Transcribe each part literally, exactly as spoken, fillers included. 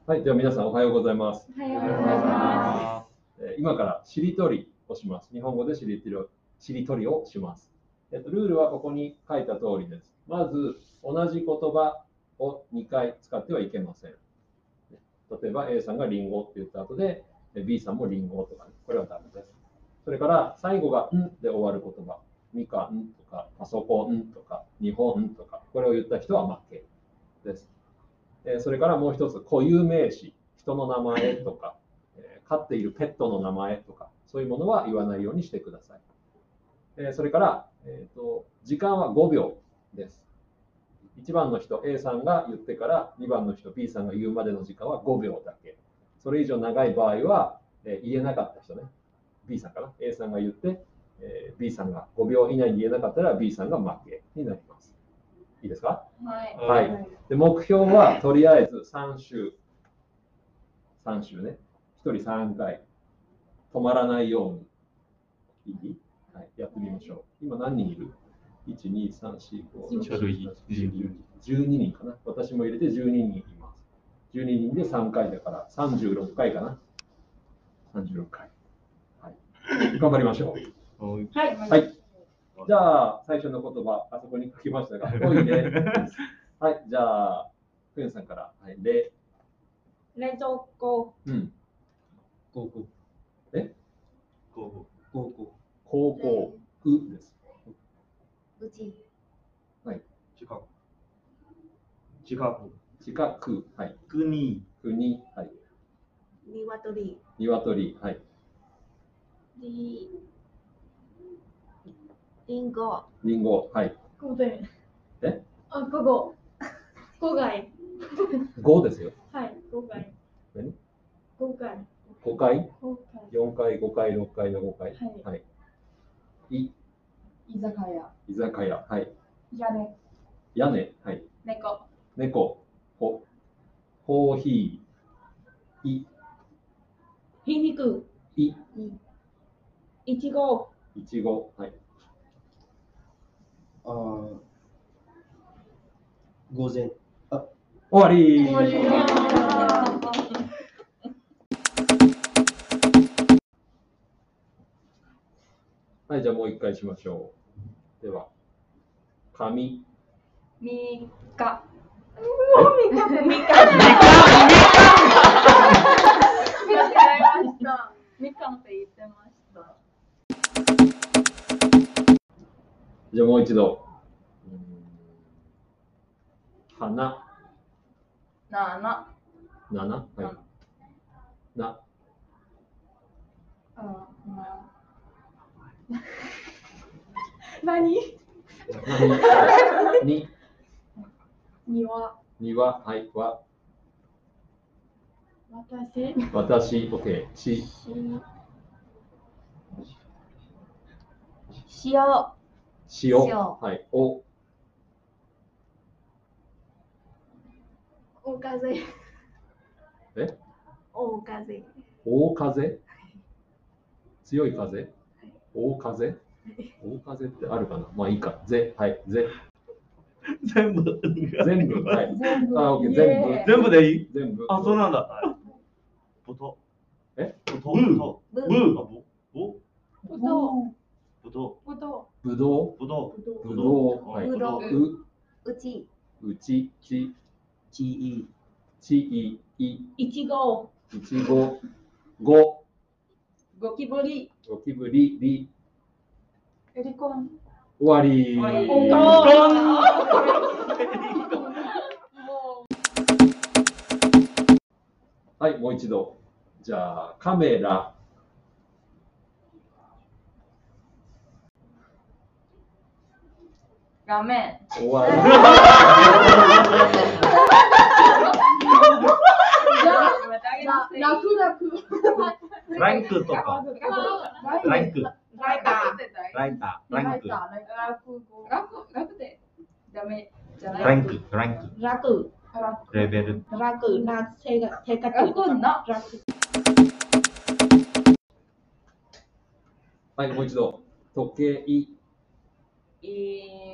はい、では皆さんおはようございます。 おはようございます。今からしりとりをします。日本語でしりとりをしりとりをします。えっと、ルールはここに書いた通りです。まず、同じ言葉をにかい使ってはいけません。例えば A さんがリンゴって言った後で B さんもリンゴとか、ね、これはダメです。それから最後がんで終わる言葉、みかんとかパソコンとか日本とか、これを言った人は負けです。それからもう一つ、固有名詞、人の名前とか、飼っているペットの名前とか、そういうものは言わないようにしてください。それから、えーと、時間はごびょうです。いちばんの人 A さんが言ってからにばんの人 B さんが言うまでの時間はごびょうだけ。それ以上長い場合は、えー、言えなかった人ね、B さんかな、A さんが言って、えー、B さんがごびょう以内に言えなかったら B さんが負けになります。いいですか？ はい。 はい。で、目標はとりあえずさん週。さん週ね。ひとりさんかい。止まらないように。いい？はい。やってみましょう。今何人いる？いち、に、さん、よん、ご、ろく、なな、じゅうに、じゅうににんかな。私も入れてじゅうににんいます。じゅうににんでさんかいだからさんじゅうろっかいかな。さんじゅうろっかい。はい。頑張りましょう。 はい。 はい。じゃあ、最初の言葉、あそこに書きましたが、トイレです。はい。じゃあ、ふんさんから。はい。れ。 冷蔵庫。 うん。 高校。 え？ 高校。高校。 高校。うです。 うち。 はい。 近く。近く。 近く。はい。 国。 国。はい。 鶏。 鶏。はい。 り。りんご。 りんご。はい。 こで。 え？ あ、こご。こがい。 ごですよ。 はい。こがい。 何？ ごかい。 ごかい？ よんかい、ごかい、ろっかいのごかい。 はい。 い。 居酒屋。 居酒屋。はい。 屋根。 屋根。はい。 猫。 猫。ほ。コーヒー。い。 ひにく。 い。 いちご。 いちご。はい。 ああ。午前。あ。 終わり。 終わり。 はい、じゃあもう一回しましょう。では、紙。 みか。 みか。みか。みか。みかんって言ってました。 じゃあもう一度。花。 なな。 なな。はい。な。 あ、な。何？ に。 庭。 庭。はい。わ。 私。 私。オッケー。し。 塩。 塩。はい。お。 大風。 え？ 大風。 大風？強い風？大風？大風ってあるかな？まあいいか。ぜ。はい。ぜ。 全部。 全部。はい。 全部。 あ、オッケー。全部。 全部でいい？ 全部。 あ、そうなんだ。ぶと。 え？ ぶと。ぶと。ぶ。 ぶどう。 ぶどう。 ぶどう。 ぶどう。 ぶどう。 ぶどう。はい。 ぶどう。 う。 うち。 うち。ち。 ちい。 ちい。い。 いちご。 いちご。ご。 ゴキブリ。 ゴキブリ。り。 エリコン。 終わり。はい、もう一度。じゃあ、カメラ。 画面。 終わり。 楽楽。 ランクとか。ランク。 ライター。 ライター。ランク。 楽楽で。ダメじゃない。 ランク。ランク。 楽。 レベル。 楽な性が性格。楽な。 はい、もう一度。時計。 い。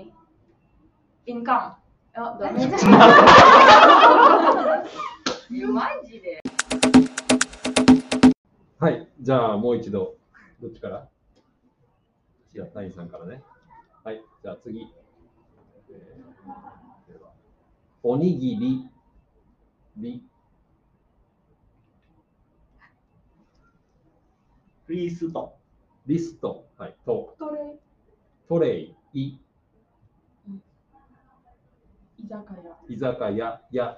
印鑑。あ、ダメじゃん。 マジで。 はい、じゃあもう一度、どっちから？じゃあ、谷さんからね。はい、じゃあ次。えー、ではおにぎり、り、 リスト。 リスト、はい、と、 トレトレイ、い、 イ、居酒屋。 居酒屋、や、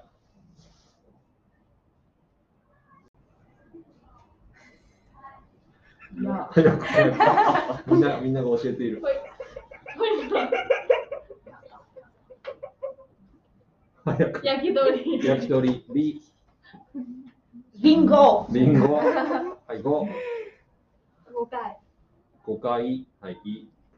や。 早く早くみんな、みんなが教えている。早く。 焼き鳥。 焼き鳥、り、 リンゴ。 りんご、はい、ご、 五回。 ごかい、はい、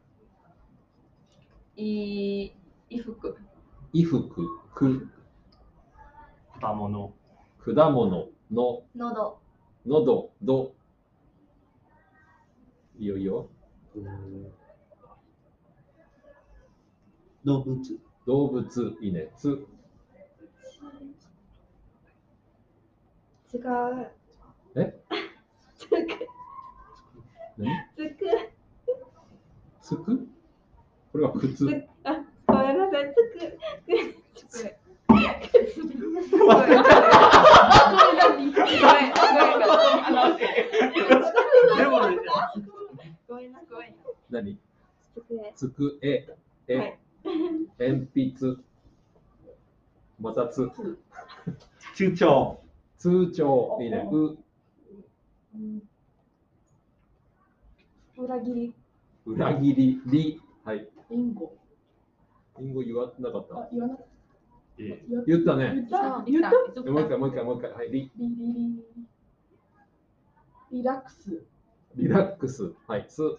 い、 い、衣服。 衣服、く、 果物。 果物、の、 喉。 のど、ど、いいよいいよ。 動物。 動物、いいね、つ、 つか。 えつく。 何つく。 つくこれは靴。 あ、ごめんなさい。つく。つく。つく。ごめん。ごめん。 でも、 ごめんな。ごめん。 何机。 つくえ、え、 はい鉛筆、またつ、 中長。 通帳、いいね、う、 裏切り。 裏切り、り、はい、 リンゴ。 リンゴ言わなかった言わなかっえた。 言ったね。 言った。言った。 もう一回、もう一回、もう一回、はい、り、 リリリ。リラックス。 リラックス、はい、す、 ス。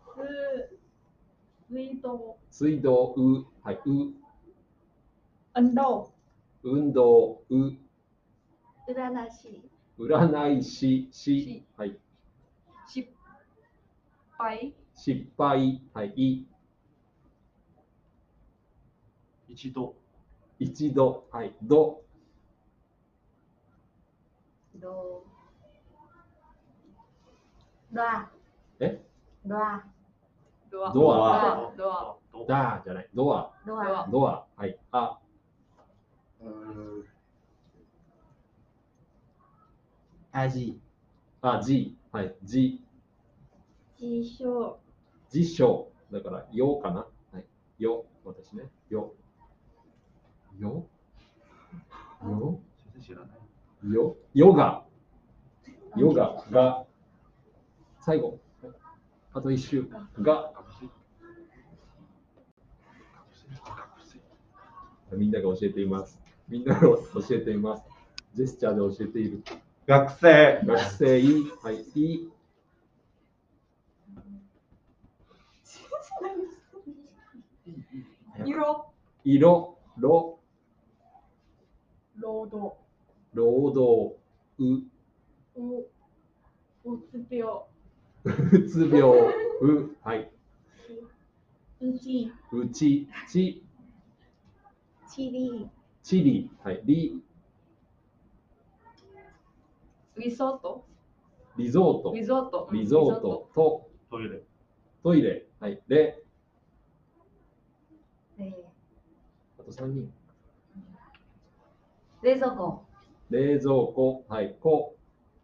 水道。 水道、う、はい、う、 運動。 運動、う、 占い師。 占い師、し、はい、 失敗。 失敗、はい、い、 一度。 一度、はい、ど、 ド。ドア。 えドア。ドア。 ドア。 ドア。 だじゃない、ドア、 ドア。 ドア、はい、あ、 味。 あ、じ、はい、じ、 辞書。 辞書、だから、よかな、はい、よ、私ね、よ、よ、よ、 知らない。 よ、ヨガ、ヨガが、最後、あと一周が、みんなが教えています。みんなが教えています。ジェスチャーで教えている。 学生。 学生、い、はい、い、 色。 色、ろ、 労働。 労働、う、 う。うつ病。 うつ病、う、はい、 うち。 うち、ち、 ちり。 ちり、はい、り、 リゾート。 リゾート、 リゾート。 リゾート、と、 トイレ。 トイレ、はい、れ、 えあとさんにん。 冷蔵庫。 冷蔵庫、はい、こ、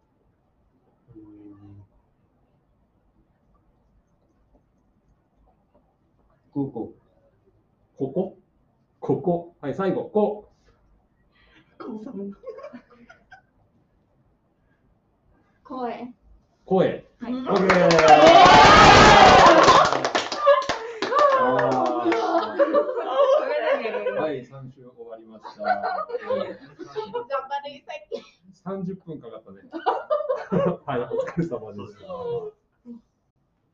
空港。 ここ、ここ、はい、最後、こ、 声。 声、 はい。 オッケー。はい、さん週終わりました。さんじゅっぷんかかったね。はい、お疲れ様でした。